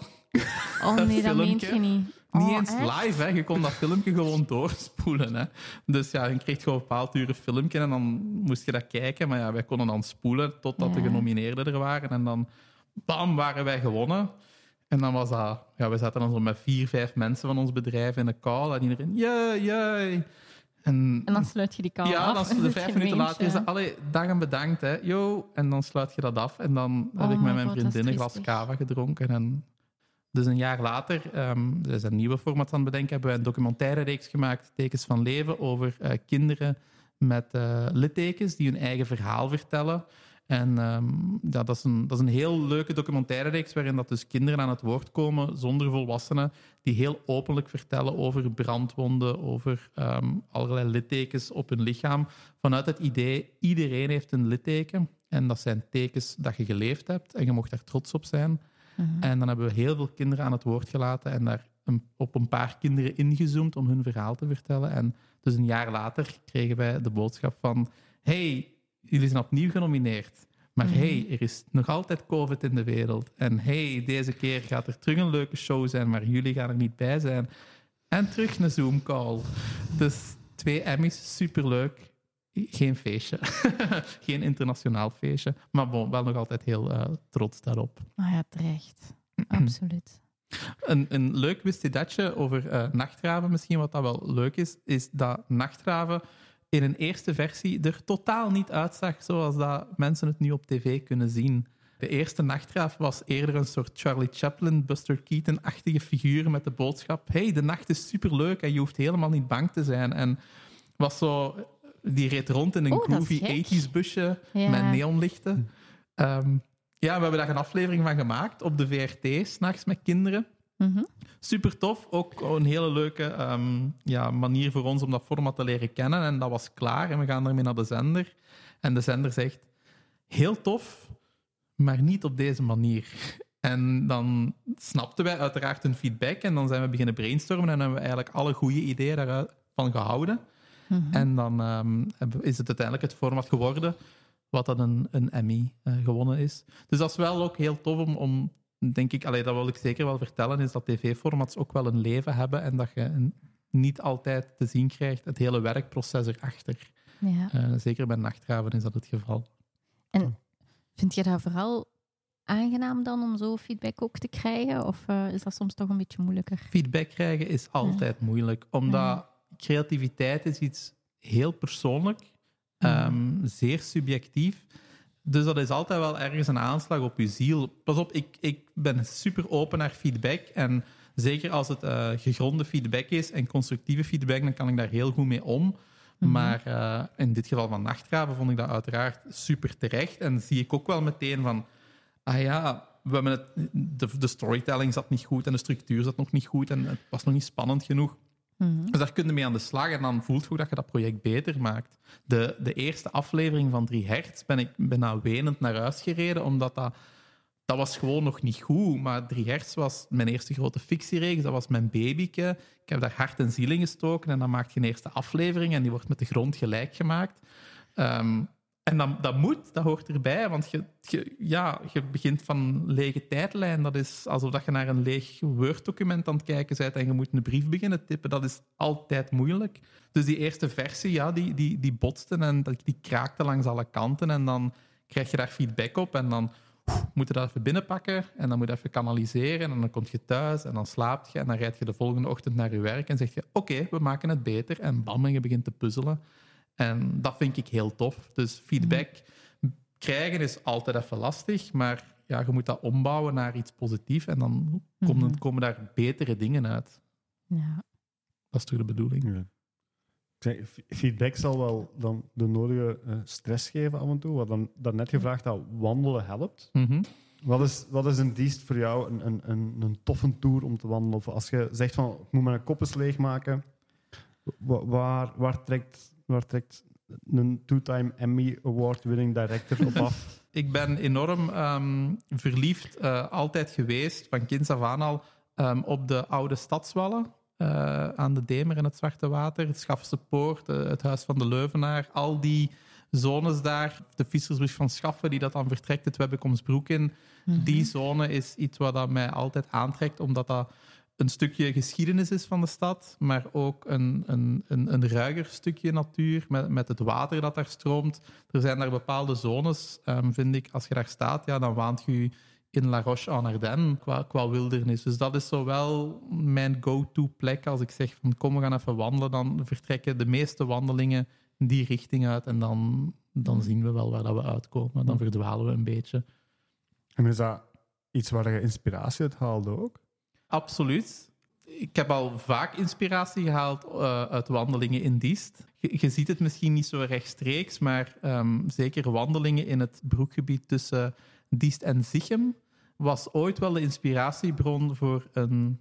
Oh Een nee, dat meent filmpje. je niet. Niet Oh, eens echt? live, hè. Je kon dat filmpje gewoon doorspoelen. Hè. Dus ja, je kreeg gewoon een bepaald uur een filmpje en dan moest je dat kijken. Maar ja, wij konden dan spoelen totdat de Ja. genomineerden er waren. En dan, bam, waren wij gewonnen. En dan was dat... Ja, we zaten dan zo met vier, vijf mensen van ons bedrijf in een call. En iedereen, jee, jee. En, En dan sluit je die call ja, af. dan en de zit vijf je minuten een later is dat, eentje. allee, dag en bedankt, hè. Yo. En dan sluit je dat af. En dan heb Oh ik my met mijn God, dat is vriendin een glas triestig. cava gedronken. En dus een jaar later, um, er is een nieuwe format aan het bedenken, hebben we een documentaire-reeks gemaakt, Tekens van Leven, over uh, kinderen met uh, littekens die hun eigen verhaal vertellen. En um, ja, dat, is een, dat is een heel leuke documentaire-reeks waarin dat dus kinderen aan het woord komen zonder volwassenen die heel openlijk vertellen over brandwonden, over um, allerlei littekens op hun lichaam. Vanuit het idee, iedereen heeft een litteken en dat zijn tekens dat je geleefd hebt en je mocht daar trots op zijn. Mhm. En dan hebben we heel veel kinderen aan het woord gelaten en daar een, op een paar kinderen ingezoomd om hun verhaal te vertellen. En dus een jaar later kregen wij de boodschap van hey, jullie zijn opnieuw genomineerd. Maar Mhm. hey, er is nog altijd COVID in de wereld. En hey, deze keer gaat er terug een leuke show zijn, maar jullie gaan er niet bij zijn. En terug een Zoom-call. Dus twee Emmys, superleuk. Geen feestje. Geen internationaal feestje. Maar bon, wel nog altijd heel uh, trots daarop. Ah ja, terecht. Absoluut. Een, een leuk wist-je-datje over uh, Nachtraven, misschien wat dat wel leuk is, is dat Nachtraven in een eerste versie er totaal niet uitzag zoals dat mensen het nu op tv kunnen zien. De eerste Nachtraaf was eerder een soort Charlie Chaplin, Buster Keaton-achtige figuur met de boodschap hey, de nacht is superleuk en je hoeft helemaal niet bang te zijn. En was zo die reed rond in een Oh, dat is groovy gek. tachtiger busje Ja. met neonlichten. Um, ja, we hebben daar een aflevering van gemaakt op de V R T, 's nachts met kinderen. Mhm. Super tof. Ook een hele leuke um, ja, manier voor ons om dat format te leren kennen. En dat was klaar en we gaan ermee naar de zender. En de zender zegt, heel tof, maar niet op deze manier. En dan snapten wij uiteraard hun feedback en dan zijn we beginnen brainstormen en hebben we eigenlijk alle goede ideeën daarvan gehouden. Mhm. En dan um, is het uiteindelijk het format geworden wat dan een, een Emmy uh, gewonnen is. Dus dat is wel ook heel tof om, om denk ik, allee, dat wil ik zeker wel vertellen, is dat tv-formats ook wel een leven hebben en dat je een, niet altijd te zien krijgt het hele werkproces erachter. Ja. Uh, zeker bij Nachtgraven is dat het geval. En vind je dat vooral aangenaam dan om zo feedback ook te krijgen? Of uh, is dat soms toch een beetje moeilijker? Feedback krijgen is altijd ja. moeilijk, omdat ja. creativiteit is iets heel persoonlijk, ja. um, zeer subjectief. Dus dat is altijd wel ergens een aanslag op je ziel. Pas op, ik, ik ben super open naar feedback. En zeker als het uh, gegronde feedback is en constructieve feedback, dan kan ik daar heel goed mee om. Mm-hmm. Maar uh, in dit geval van Nachtgraven vond ik dat uiteraard super terecht. En zie ik ook wel meteen van... Ah ja, we hebben het, de, de storytelling zat niet goed en de structuur zat nog niet goed en het was nog niet spannend genoeg. Mm-hmm. Dus daar kun je mee aan de slag en dan voelt je ook dat je dat project beter maakt. De, de eerste aflevering van drie hertz ben ik bijna wenend naar huis gereden, omdat dat, dat was gewoon nog niet goed. Maar drie hertz was mijn eerste grote fictiereeks, dat was mijn babyke. Ik heb daar hart en ziel in gestoken en dan maak je een eerste aflevering en die wordt met de grond gelijk gemaakt. Um, En dat, dat moet, dat hoort erbij, want je, je, ja, je begint van een lege tijdlijn. Dat is alsof je naar een leeg Word-document aan het kijken bent en je moet een brief beginnen tippen. Dat is altijd moeilijk. Dus die eerste versie, ja, die, die, die botste en die kraakte langs alle kanten. En dan krijg je daar feedback op en dan oef, moet je dat even binnenpakken en dan moet je even kanaliseren en dan kom je thuis en dan slaap je en dan rijd je de volgende ochtend naar je werk en zeg je oké, okay, we maken het beter. En bam, en je begint te puzzelen. En dat vind ik heel tof. Dus feedback krijgen is altijd even lastig, maar ja, je moet dat ombouwen naar iets positiefs en dan komen, mm-hmm. komen daar betere dingen uit. Ja. Dat is toch de bedoeling? Ja. Zeg, feedback zal wel dan de nodige uh, stress geven af en toe. Wat dan, dan net gevraagd dat wandelen helpt. Mm-hmm. Wat is, wat is een dienst voor jou, een, een, een, een toffe tour om te wandelen? Of als je zegt van, ik moet mijn kop eens leegmaken, waar, waar trekt... Waar trekt een two-time Emmy Award-winning director op af? Ik ben enorm um, verliefd uh, altijd geweest, van kinds af aan al, um, op de oude stadswallen. Uh, aan de Demer en het Zwarte Water, het Schafse Poort, uh, het Huis van de Leuvenaar. Al die zones daar, de Vissersbrug van Schaffen, die dat dan vertrekt, het Webbekomsbroek in. Mm-hmm. Die zone is iets wat dat mij altijd aantrekt, omdat dat een stukje geschiedenis is van de stad, maar ook een, een, een, een ruiger stukje natuur met, met het water dat daar stroomt. Er zijn daar bepaalde zones, um, vind ik, als je daar staat, ja, dan waant je in La Roche-en-Ardenne qua, qua wildernis. Dus dat is zo wel mijn go-to plek. Als ik zeg van kom, we gaan even wandelen, dan vertrekken de meeste wandelingen die richting uit en dan, dan zien we wel waar dat we uitkomen. Dan verdwalen we een beetje. En is dat iets waar je inspiratie uit haalde ook? Absoluut. Ik heb al vaak inspiratie gehaald uh, uit wandelingen in Diest. Je, je ziet het misschien niet zo rechtstreeks, maar um, zeker wandelingen in het broekgebied tussen Diest en Zichem was ooit wel de inspiratiebron voor een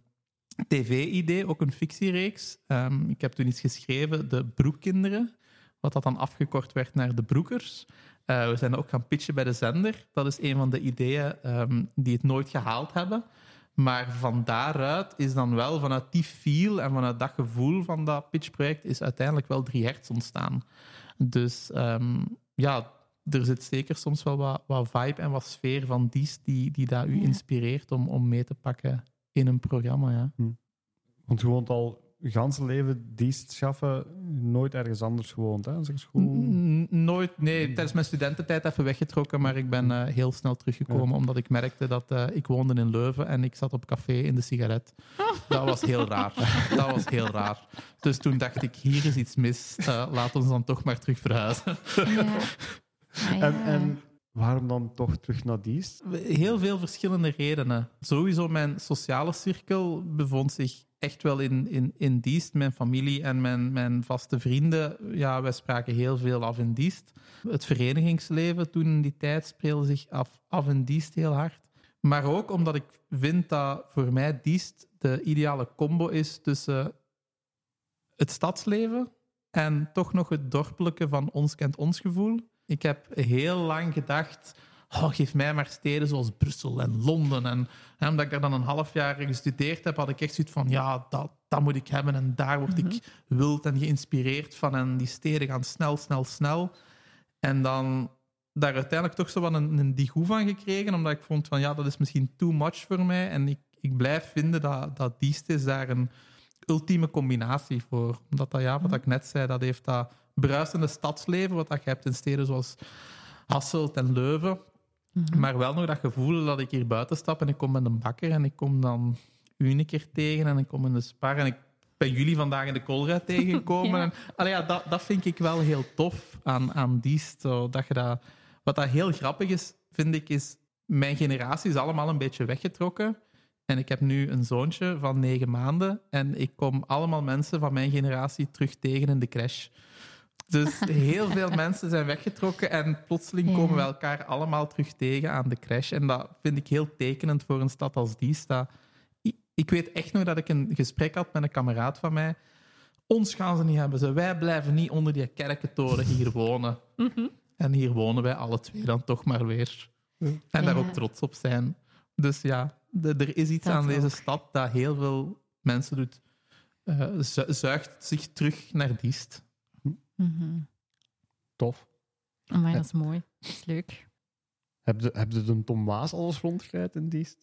tv-idee, ook een fictiereeks. Um, ik heb toen iets geschreven, De Broekkinderen, wat dat dan afgekort werd naar De Broekers. Uh, we zijn ook gaan pitchen bij de zender. Dat is een van de ideeën um, die het nooit gehaald hebben. Maar van daaruit is dan wel, vanuit die feel en vanuit dat gevoel van dat pitchproject, is uiteindelijk wel drie hertz ontstaan. Dus um, ja, er zit zeker soms wel wat, wat vibe en wat sfeer van Diest die, die dat u inspireert om, om mee te pakken in een programma. Ja. Hm. Want je woont al je ganse leven Diest schaffen, nooit ergens anders gewoond, hè? Als ik school... N- nooit, nee. Tijdens mijn studententijd even weggetrokken, maar ik ben uh, heel snel teruggekomen, ja. omdat ik merkte dat uh, ik woonde in Leuven en ik zat op café in de sigaret. Dat was heel raar. Dat was heel raar. Dus toen dacht ik, hier is iets mis. Uh, laat ons dan toch maar terug verhuizen. Ja. Ah, ja. En, en waarom dan toch terug naar Diest? Heel veel verschillende redenen. Sowieso, mijn sociale cirkel bevond zich echt wel in, in, in Diest. Mijn familie en mijn, mijn vaste vrienden, ja, wij spraken heel veel af in Diest. Het verenigingsleven toen in die tijd speelde zich af, af in Diest heel hard. Maar ook omdat ik vind dat voor mij Diest de ideale combo is tussen het stadsleven en toch nog het dorpelijke van ons kent ons gevoel. Ik heb heel lang gedacht, oh, geef mij maar steden zoals Brussel en Londen. En, en omdat ik daar dan een half jaar gestudeerd heb, had ik echt zoiets van, ja, dat, dat moet ik hebben. En daar word Mm-hmm. ik wild en geïnspireerd van. En die steden gaan snel, snel, snel. En dan daar uiteindelijk toch zo wat een, een digoe van gekregen, omdat ik vond van, ja, dat is misschien too much voor mij. En ik, ik blijf vinden dat, dat Diest is daar een ultieme combinatie voor. Omdat dat, ja, wat ik net zei, dat heeft dat bruisende stadsleven, wat dat je hebt in steden zoals Hasselt en Leuven. Mm-hmm. Maar wel nog dat gevoel dat ik hier buiten stap en ik kom met een bakker en ik kom dan u een keer tegen en ik kom in de Spar en ik ben jullie vandaag in de Colruyt tegengekomen. Ja. En, allee, ja, dat, dat vind ik wel heel tof aan, aan Diest. Zo, dat je dat, wat dat heel grappig is, vind ik, is mijn generatie is allemaal een beetje weggetrokken. En ik heb nu een zoontje van negen maanden en ik kom allemaal mensen van mijn generatie terug tegen in de crash. Dus heel veel mensen zijn weggetrokken en plotseling komen we elkaar allemaal terug tegen aan de crash. En dat vind ik heel tekenend voor een stad als Diest. Dat... Ik weet echt nog dat ik een gesprek had met een kameraad van mij. Ons gaan ze niet hebben. Ze. Wij blijven niet onder die kerkentoren hier wonen. Mm-hmm. En hier wonen wij alle twee dan toch maar weer. En daar Ja. ook trots op zijn. Dus ja, de- er is iets Dat aan deze ook. stad dat heel veel mensen doet. eh, zu- zuigt zich terug naar Diest. Mm-hmm. Tof. Amai, dat is mooi. Dat is leuk. Heb je, heb je de Tom Waas alles rondgeleid in Diest?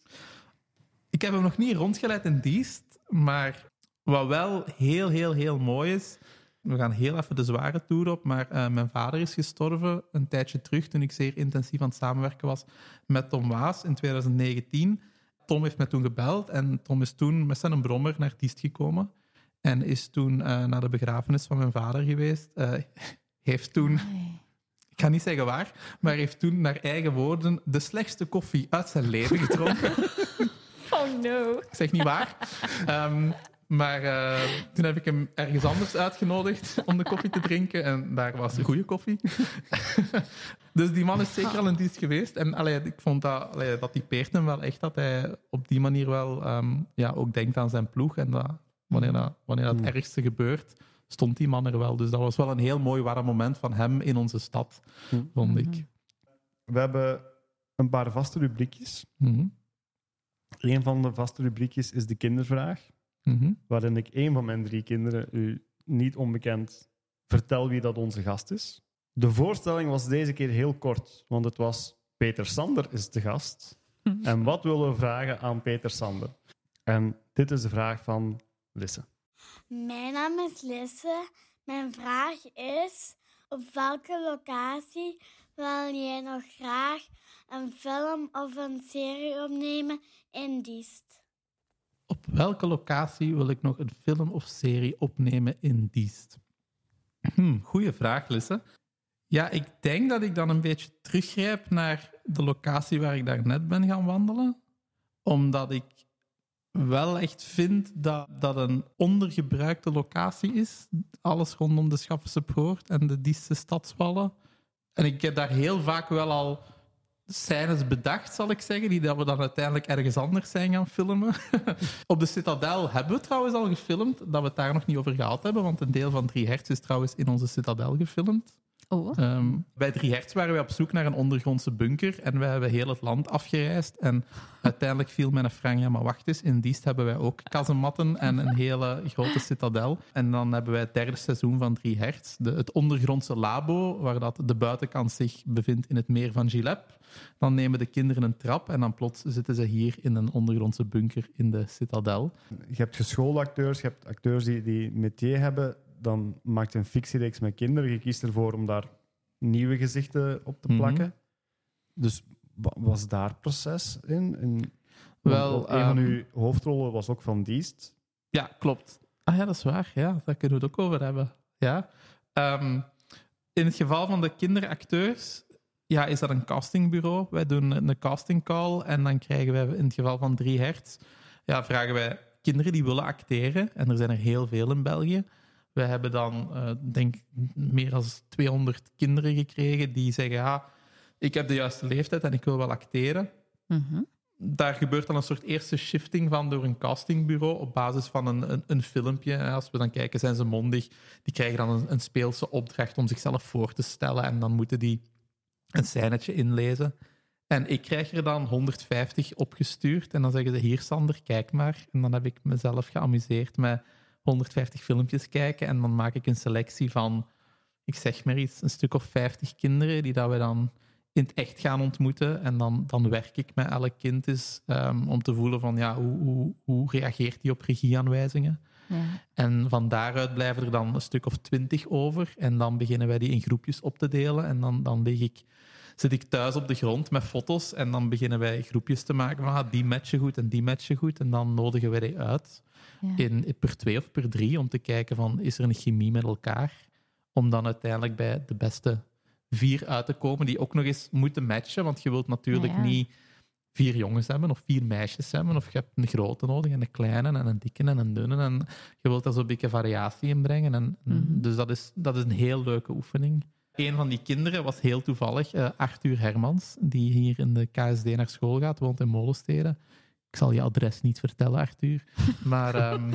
Ik heb hem nog niet rondgeleid in Diest, maar wat wel heel, heel, heel mooi is... We gaan heel even de zware toer op, maar uh, mijn vader is gestorven een tijdje terug toen ik zeer intensief aan het samenwerken was met Tom Waas in twintig negentien. Tom heeft mij toen gebeld en Tom is toen met zijn brommer naar Diest gekomen en is toen uh, naar de begrafenis van mijn vader geweest. Uh, heeft toen... Amai. Ik ga niet zeggen waar, maar heeft toen naar eigen woorden de slechtste koffie uit zijn leven gedronken. Oh no. Ik zeg niet waar. Um, maar uh, toen heb ik hem ergens anders uitgenodigd om de koffie te drinken. En daar was goede koffie. Dus die man is zeker al in dienst geweest. En allee, ik vond dat, allee, dat typeert hem wel echt, dat hij op die manier wel um, ja, ook denkt aan zijn ploeg. En dat wanneer dat, wanneer dat het ergste gebeurt, stond die man er wel. Dus dat was wel een heel mooi warm moment van hem in onze stad, vond ik. We hebben een paar vaste rubriekjes. Mm-hmm. Een van de vaste rubriekjes is de kindervraag, Mm-hmm. waarin ik één van mijn drie kinderen, u niet onbekend, vertel wie dat onze gast is. De voorstelling was deze keer heel kort, want het was Peter Sander is de gast. En wat willen we vragen aan Peter Sander? En dit is de vraag van Lisse. Mijn naam is Lisse. Mijn vraag is: op welke locatie wil jij nog graag een film of een serie opnemen in Diest? Op welke locatie wil ik nog een film of serie opnemen in Diest? Hm, goeie vraag, Lisse. Ja, ik denk dat ik dan een beetje teruggrijp naar de locatie waar ik daarnet ben gaan wandelen. Omdat ik wel echt vind dat dat een ondergebruikte locatie is. Alles rondom de Schaffelse Poort en de Diestse stadswallen. En ik heb daar heel vaak wel al scènes bedacht, zal ik zeggen, die dat we dan uiteindelijk ergens anders zijn gaan filmen. Op de Citadel hebben we trouwens al gefilmd, dat we het daar nog niet over gehad hebben, want een deel van drie hertz is trouwens in onze Citadel gefilmd. Oh. Um, bij drie hertz waren we op zoek naar een ondergrondse bunker en wij hebben heel het land afgereisd. En uiteindelijk viel mijn franja, maar wacht eens, in Diest hebben wij ook kazematten en een hele grote citadel. En dan hebben wij het derde seizoen van drie hertz, de, het ondergrondse labo, waar dat de buitenkant zich bevindt in het meer van Gilep. Dan nemen de kinderen een trap en dan plots zitten ze hier in een ondergrondse bunker in de citadel. Je hebt geschoolde acteurs, je hebt acteurs die, die métier hebben. Dan maakt je een fictiereeks met kinderen. Je kiest ervoor om daar nieuwe gezichten op te plakken. Mm-hmm. Dus wa- was daar proces in? in Wel, want een van um, uw hoofdrollen was ook van Diest. Ja, klopt. Ah ja, dat is waar. Ja, daar kunnen we het ook over hebben. Ja. Um, in het geval van de kinderacteurs ja, is dat een castingbureau. Wij doen een casting call en dan krijgen wij in het geval van drie hertz, ja, vragen wij kinderen die willen acteren. En er zijn er heel veel in België. We hebben dan, uh, denk meer dan tweehonderd kinderen gekregen die zeggen, ja, ik heb de juiste leeftijd en ik wil wel acteren. Mm-hmm. Daar gebeurt dan een soort eerste shifting van door een castingbureau op basis van een, een, een filmpje. Als we dan kijken, zijn ze mondig. Die krijgen dan een, een speelse opdracht om zichzelf voor te stellen en dan moeten die een scènetje inlezen. En ik krijg er dan honderdvijftig opgestuurd en dan zeggen ze, hier Sander, kijk maar. En dan heb ik mezelf geamuseerd met honderdvijftig filmpjes kijken en dan maak ik een selectie van, ik zeg maar iets, een stuk of vijftig kinderen die dat we dan in het echt gaan ontmoeten. En dan, dan werk ik met elk kind eens um, om te voelen van, ja, hoe, hoe, hoe reageert hij op regieaanwijzingen? Ja. En van daaruit blijven er dan een stuk of twintig over en dan beginnen wij die in groepjes op te delen en dan, dan lig ik... zit ik thuis op de grond met foto's en dan beginnen wij groepjes te maken van ah, die matchen goed en die matchen goed. En dan nodigen wij die uit ja. in, per twee of per drie om te kijken van is er een chemie met elkaar? Om dan uiteindelijk bij de beste vier uit te komen die ook nog eens moeten matchen. Want je wilt natuurlijk ja, ja. niet vier jongens hebben of vier meisjes hebben. Of je hebt een grote nodig en een kleine en een dikke en een dunne. En je wilt daar zo'n beetje variatie in brengen. En, mm-hmm. Dus dat is, dat is een heel leuke oefening. Een van die kinderen was heel toevallig uh, Arthur Hermans, die hier in de K S D naar school gaat, woont in Molenstede. Ik zal je adres niet vertellen, Arthur. Maar um,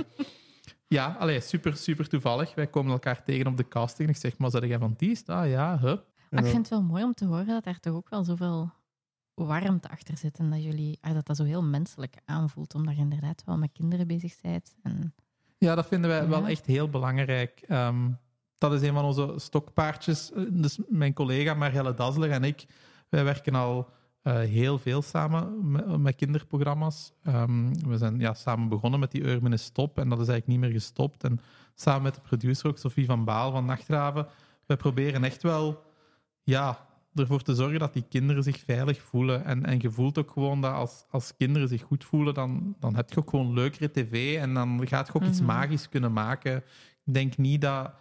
ja, allee, super, super toevallig. Wij komen elkaar tegen op de casting en ik zeg, maar, zeg jij van die? Ah ja, hup. Maar ik vind het wel mooi om te horen dat er toch ook wel zoveel warmte achter zit en dat jullie, dat dat zo heel menselijk aanvoelt, omdat je inderdaad wel met kinderen bezig bent. En... Ja, dat vinden wij ja. wel echt heel belangrijk. Um, Dat is een van onze stokpaardjes. Dus mijn collega Marjelle Dassler en ik, wij werken al uh, heel veel samen met, met kinderprogramma's. Um, we zijn ja, samen begonnen met die Urban is Stop en dat is eigenlijk niet meer gestopt. En samen met de producer ook, Sophie van Baal van Nachtraven, wij proberen echt wel ja, ervoor te zorgen dat die kinderen zich veilig voelen. En, en je voelt ook gewoon dat als, als kinderen zich goed voelen, dan, dan heb je ook gewoon leukere tv en dan gaat je ook mm-hmm. iets magisch kunnen maken. Ik denk niet dat...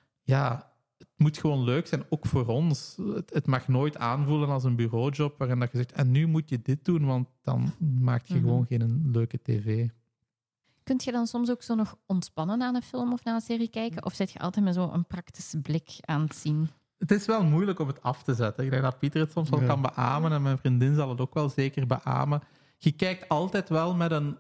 Ja, het moet gewoon leuk zijn, ook voor ons. Het, het mag nooit aanvoelen als een bureaujob waarin dat je zegt, en nu moet je dit doen, want dan maak je mm-hmm. gewoon geen leuke tv. Kunt je dan soms ook zo nog ontspannen aan een film of naar een serie kijken? Of zit je altijd met zo'n praktische blik aan het zien? Het is wel moeilijk om het af te zetten. Ik denk dat Pieter het soms wel ja. kan beamen en mijn vriendin zal het ook wel zeker beamen. Je kijkt altijd wel met een...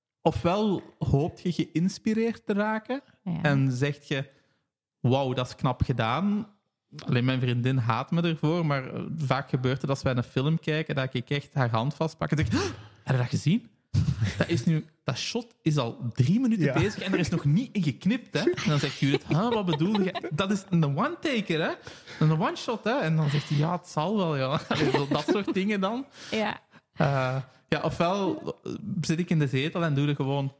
Ofwel hoopt je geïnspireerd te raken ja. en zegt je... Wauw, dat is knap gedaan. Alleen mijn vriendin haat me ervoor, maar vaak gebeurt het als wij een film kijken dat ik echt haar hand vastpak en zeg, heb je dat gezien? Dat, is nu, dat shot is al drie minuten ja. bezig en er is nog niet in geknipt. Hè? En dan zegt Judith, huh, wat bedoel je? Dat is een one-taker, hè? Een one-shot, hè? En dan zegt hij, ja, het zal wel, ja. Dat soort dingen dan. Ja. Uh, ja, ofwel zit ik in de zetel en doe er gewoon...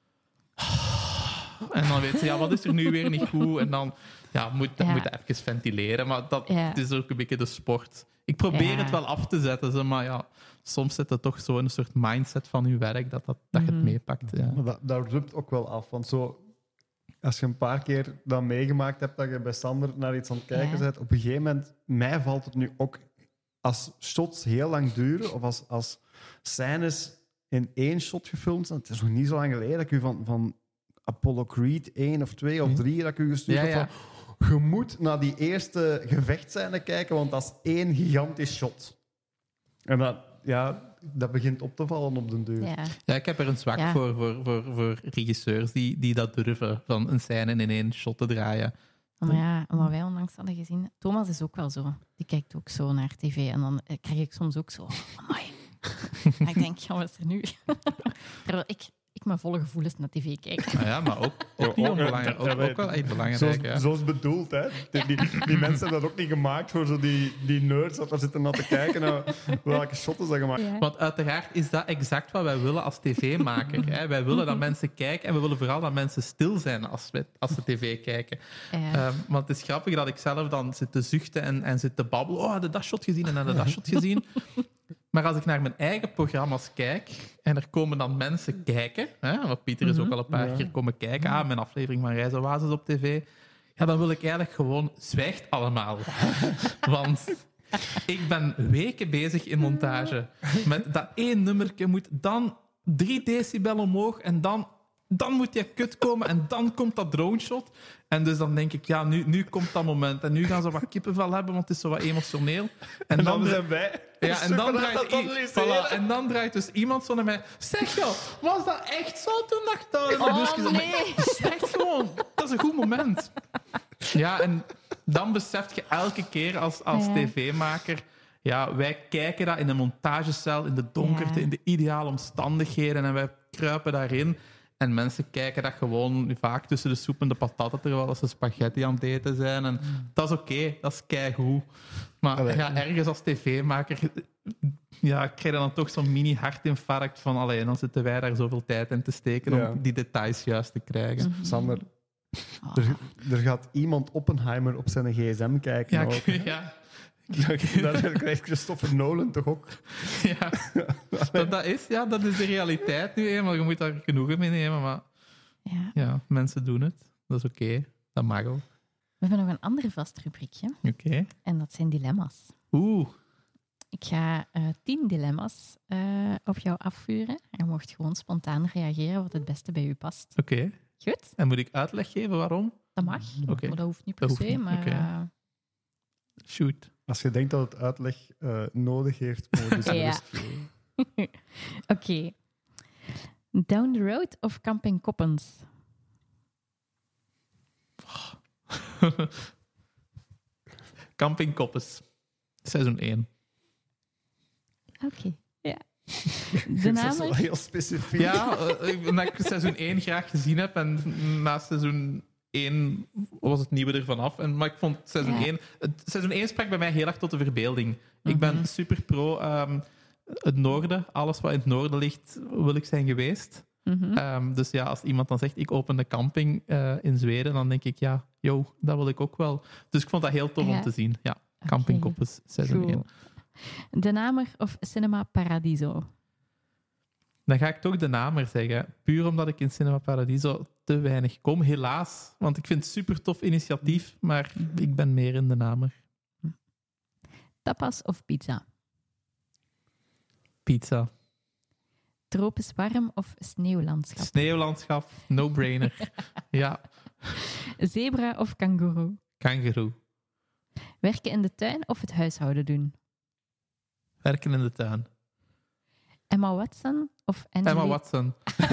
En dan weet ze, ja, wat is er nu weer niet goed? En dan ja, moet je ja. moet even ventileren. Maar dat ja. is ook een beetje de sport. Ik probeer ja. het wel af te zetten, zeg, maar ja, soms zit het toch zo in een soort mindset van je werk dat, dat, dat mm-hmm. je het meepakt. Ja. Maar dat, dat rupt ook wel af. Want zo, als je een paar keer dat meegemaakt hebt, dat je bij Sander naar iets aan het kijken ja. bent, op een gegeven moment, mij valt het nu ook, als shots heel lang duren, of als, als scènes in één shot gefilmd zijn, het is nog niet zo lang geleden dat ik u van... van Apollo Creed één of twee of drie dat ik u gestuurd heb. Ja, ja. Van, je moet naar die eerste gevechtscène kijken, want dat is één gigantisch shot. En dat, ja, dat begint op te vallen op den duur. Ja, ja ik heb er een zwak ja. voor, voor, voor, voor regisseurs die, die dat durven, van een scène in één shot te draaien. Maar ja, wat wij onlangs hadden gezien... Thomas is ook wel zo. Die kijkt ook zo naar tv. En dan krijg ik soms ook zo... Amai. Maar ik denk, ja, wat is er nu? Terwijl ik... ik mijn volle gevoelens naar tv kijk. Ah ja, maar ook, ook niet onbelangrijk. Ook, ook wel echt belangrijk. Zoals, ja. zoals bedoeld, hè. Die, die, die mensen hebben dat ook niet gemaakt voor zo die, die nerds dat daar zitten naar te kijken naar welke shotten ze gemaakt. Ja. Want uiteraard is dat exact wat wij willen als tv-maker. Hè. Wij willen dat mensen kijken en we willen vooral dat mensen stil zijn als, we, als ze tv kijken. Ja. Um, want het is grappig dat ik zelf dan zit te zuchten en, en zit te babbelen. Oh, heb je dat shot gezien en heb je dat shot gezien? Maar als ik naar mijn eigen programma's kijk en er komen dan mensen kijken, hè, want Pieter is ook al een paar ja. keer komen kijken, ah, mijn aflevering van Reis en Wazens op tv, ja, dan wil ik eigenlijk gewoon zwijgt allemaal. Want Ik ben weken bezig in montage. Met dat één nummertje moet dan drie decibel omhoog en dan, dan moet die kut komen en dan komt dat drone shot. En dus dan denk ik, ja, nu, nu komt dat moment. En nu gaan ze wat kippenvel hebben, want het is zo wat emotioneel. En, En dan, dan zijn wij. ja, en, dan draait, dat i- voilà, en dan draait dus iemand zo naar mij. Zeg joh, was dat echt zo toen dat ik daar in de bus gezet? nee. Dat is echt gewoon, dat is een goed moment. Ja, en dan besef je elke keer als, als Ja. tv-maker... Ja, wij kijken dat in een montagecel, in de donkerte, Ja. in de ideale omstandigheden. En wij kruipen daarin. En mensen kijken dat gewoon vaak tussen de soep en de patatten, terwijl ze spaghetti aan het eten zijn. En dat is oké, dat is keigoed. Maar Allee. ja, ergens als tv-maker ja, krijg je dan toch zo'n mini-hartinfarct van allee, dan zitten wij daar zoveel tijd in te steken Ja. om die details juist te krijgen. Sander, Oh. er, er gaat iemand Oppenheimer op zijn gsm kijken. Ja, ook. ik- ja, Daar krijgt Christopher Nolan toch ook. ja. Dat, dat, is, ja, dat is de realiteit nu eenmaal. Je moet daar genoegen mee nemen, maar Ja. ja, mensen doen het. Dat is oké. Dat mag ook. We hebben nog een ander vast rubriekje. Oké. En dat zijn dilemma's. Oeh. Ik ga eh, tien dilemma's eh, op jou afvuren. Je mocht gewoon spontaan reageren wat het beste bij u past. Oké. Goed? En moet ik uitleg geven waarom? Dat mag. Oké. Maar dat hoeft niet per Dat hoeft se. niet, Maar oké. eh, Shoot. Als je denkt dat het uitleg eh, nodig heeft, moet je dus Ja. rust geven. oké. Down the road of Camping Koppens? Camping Koppes. Seizoen één. Oké. Ja. De Dat is naam wel er? heel specifiek. Ja, eh, ik- omdat ik seizoen één graag gezien heb. En na seizoen één was het nieuwe ervan af. En, maar ik vond seizoen Ja. één... Het, seizoen één sprak bij mij heel erg tot de verbeelding. Ik ben super pro ehm, het noorden. Alles wat in het noorden ligt, wil ik zijn geweest. Mhm. Ehm, dus ja, als iemand dan zegt, ik open de camping eh, in Zweden, dan denk ik, ja, yo, dat wil ik ook wel. Dus ik vond dat heel tof Ja. om te zien. Ja, Camping Oké. Koppes, seizoen Goed. één. De Namer of Cinema Paradiso? Dan ga ik toch de Namer zeggen. Puur omdat ik in Cinema Paradiso te weinig kom. Helaas, want ik vind het super tof initiatief, maar ik ben meer in de Namer. Tapas of pizza? Pizza. Tropisch warm of sneeuwlandschap? Sneeuwlandschap, no-brainer. Ja, Zebra of kangoeroe? kangaroo. Werken in de tuin of het huishouden doen? Werken in de tuin. Emma Watson of Angelique? Emma Watson.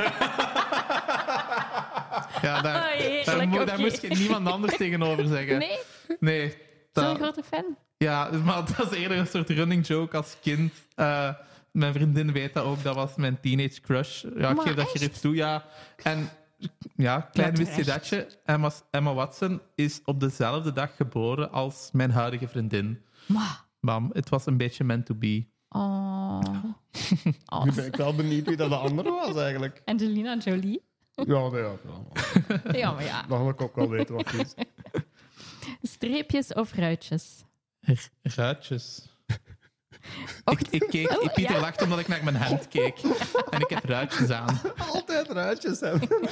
Ja, daar, Oh, heerlijk, daar, mo- daar oké. moest je niemand anders tegenover zeggen. Nee? Nee. Zo'n dat- grote fan? Ja, maar dat was eerder een soort running joke als kind. Eh, mijn vriendin weet dat ook, dat was mijn teenage crush. Ja, ik Maar geef dat echt? gerust toe, ja. En ja, klein Ja, wist je terecht. datje. Emma, Emma Watson is op dezelfde dag geboren als mijn huidige vriendin. Mwah. Mam, het was een beetje meant to be. Oh. Oh. Nu ben ik wel benieuwd wie dat de andere was eigenlijk. Angelina Jolie? Ja, nee, ja, ja. Ja, maar ja. Dan wil ik ook wel weten wat het is. Streepjes of ruitjes? R- Ruitjes. Ik, ik keek, Oh, ik, Pieter ja. lachte omdat ik naar mijn hand keek. En ik heb ruitjes aan. Altijd ruitjes hebben.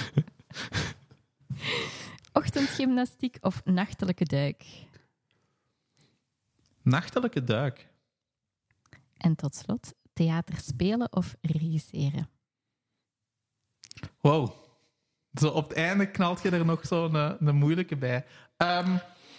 Ochtendgymnastiek of nachtelijke duik? Nachtelijke duik. En tot slot, theater spelen of regisseren? Wow. Zo op het einde knalt je er nog zo'n een, een moeilijke bij. Ehm,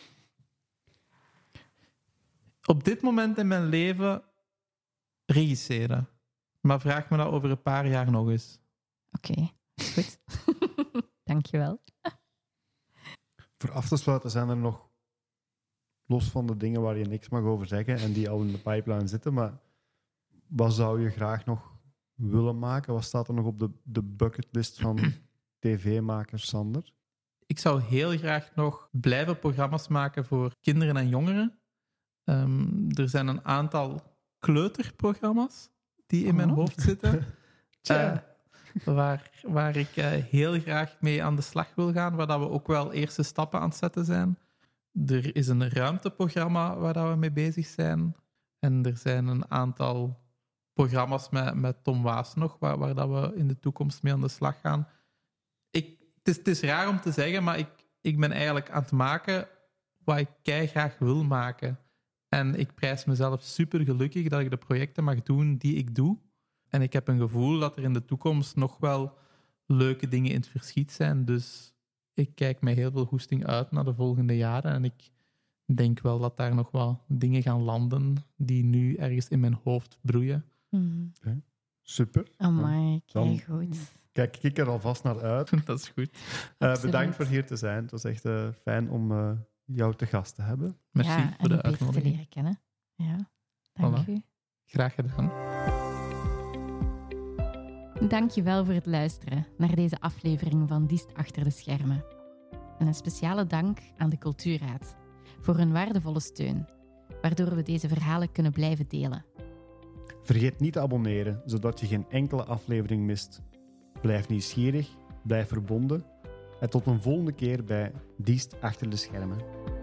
op dit moment in mijn leven regisseren. Maar vraag me dat over een paar jaar nog eens. Oké, goed. Dankjewel. Voor af te sluiten zijn er nog, los van de dingen waar je niks mag over zeggen en die al in de pipeline zitten, maar wat zou je graag nog willen maken? Wat staat er nog op de, de bucketlist van tv-makers, Sander? Ik zou heel graag nog blijven programma's maken voor kinderen en jongeren. Ehm, er zijn een aantal kleuterprogramma's die in mijn Oh. hoofd zitten. Tja. Eh, waar, waar ik eh, heel graag mee aan de slag wil gaan, waar dat we ook wel eerste stappen aan het zetten zijn. Er is een ruimteprogramma waar dat we mee bezig zijn. En er zijn een aantal programma's met, met Tom Waas nog, waar, waar dat we in de toekomst mee aan de slag gaan. Ik, het, is, het is raar om te zeggen, maar ik, ik ben eigenlijk aan het maken wat ik kei graag wil maken. En ik prijs mezelf super gelukkig dat ik de projecten mag doen die ik doe. En ik heb een gevoel dat er in de toekomst nog wel leuke dingen in het verschiet zijn. Dus ik kijk met heel veel goesting uit naar de volgende jaren. En ik denk wel dat daar nog wel dingen gaan landen die nu ergens in mijn hoofd broeien. Mm. Okay. Super. Amai, Dan- kijk goed. Kijk ik er alvast naar uit. Dat is goed. Uh, Absoluut. bedankt voor hier te zijn. Het was echt uh, fijn om uh, jou te gast te hebben. Merci ja, voor de en beter te uitnodiging. leren kennen. Ja, dank Voilà. u. Graag gedaan. Dank je wel voor het luisteren naar deze aflevering van Diest achter de schermen. En een speciale dank aan de Cultuurraad voor hun waardevolle steun, waardoor we deze verhalen kunnen blijven delen. Vergeet niet te abonneren, zodat je geen enkele aflevering mist. Blijf nieuwsgierig, blijf verbonden en tot een volgende keer bij Diest achter de schermen.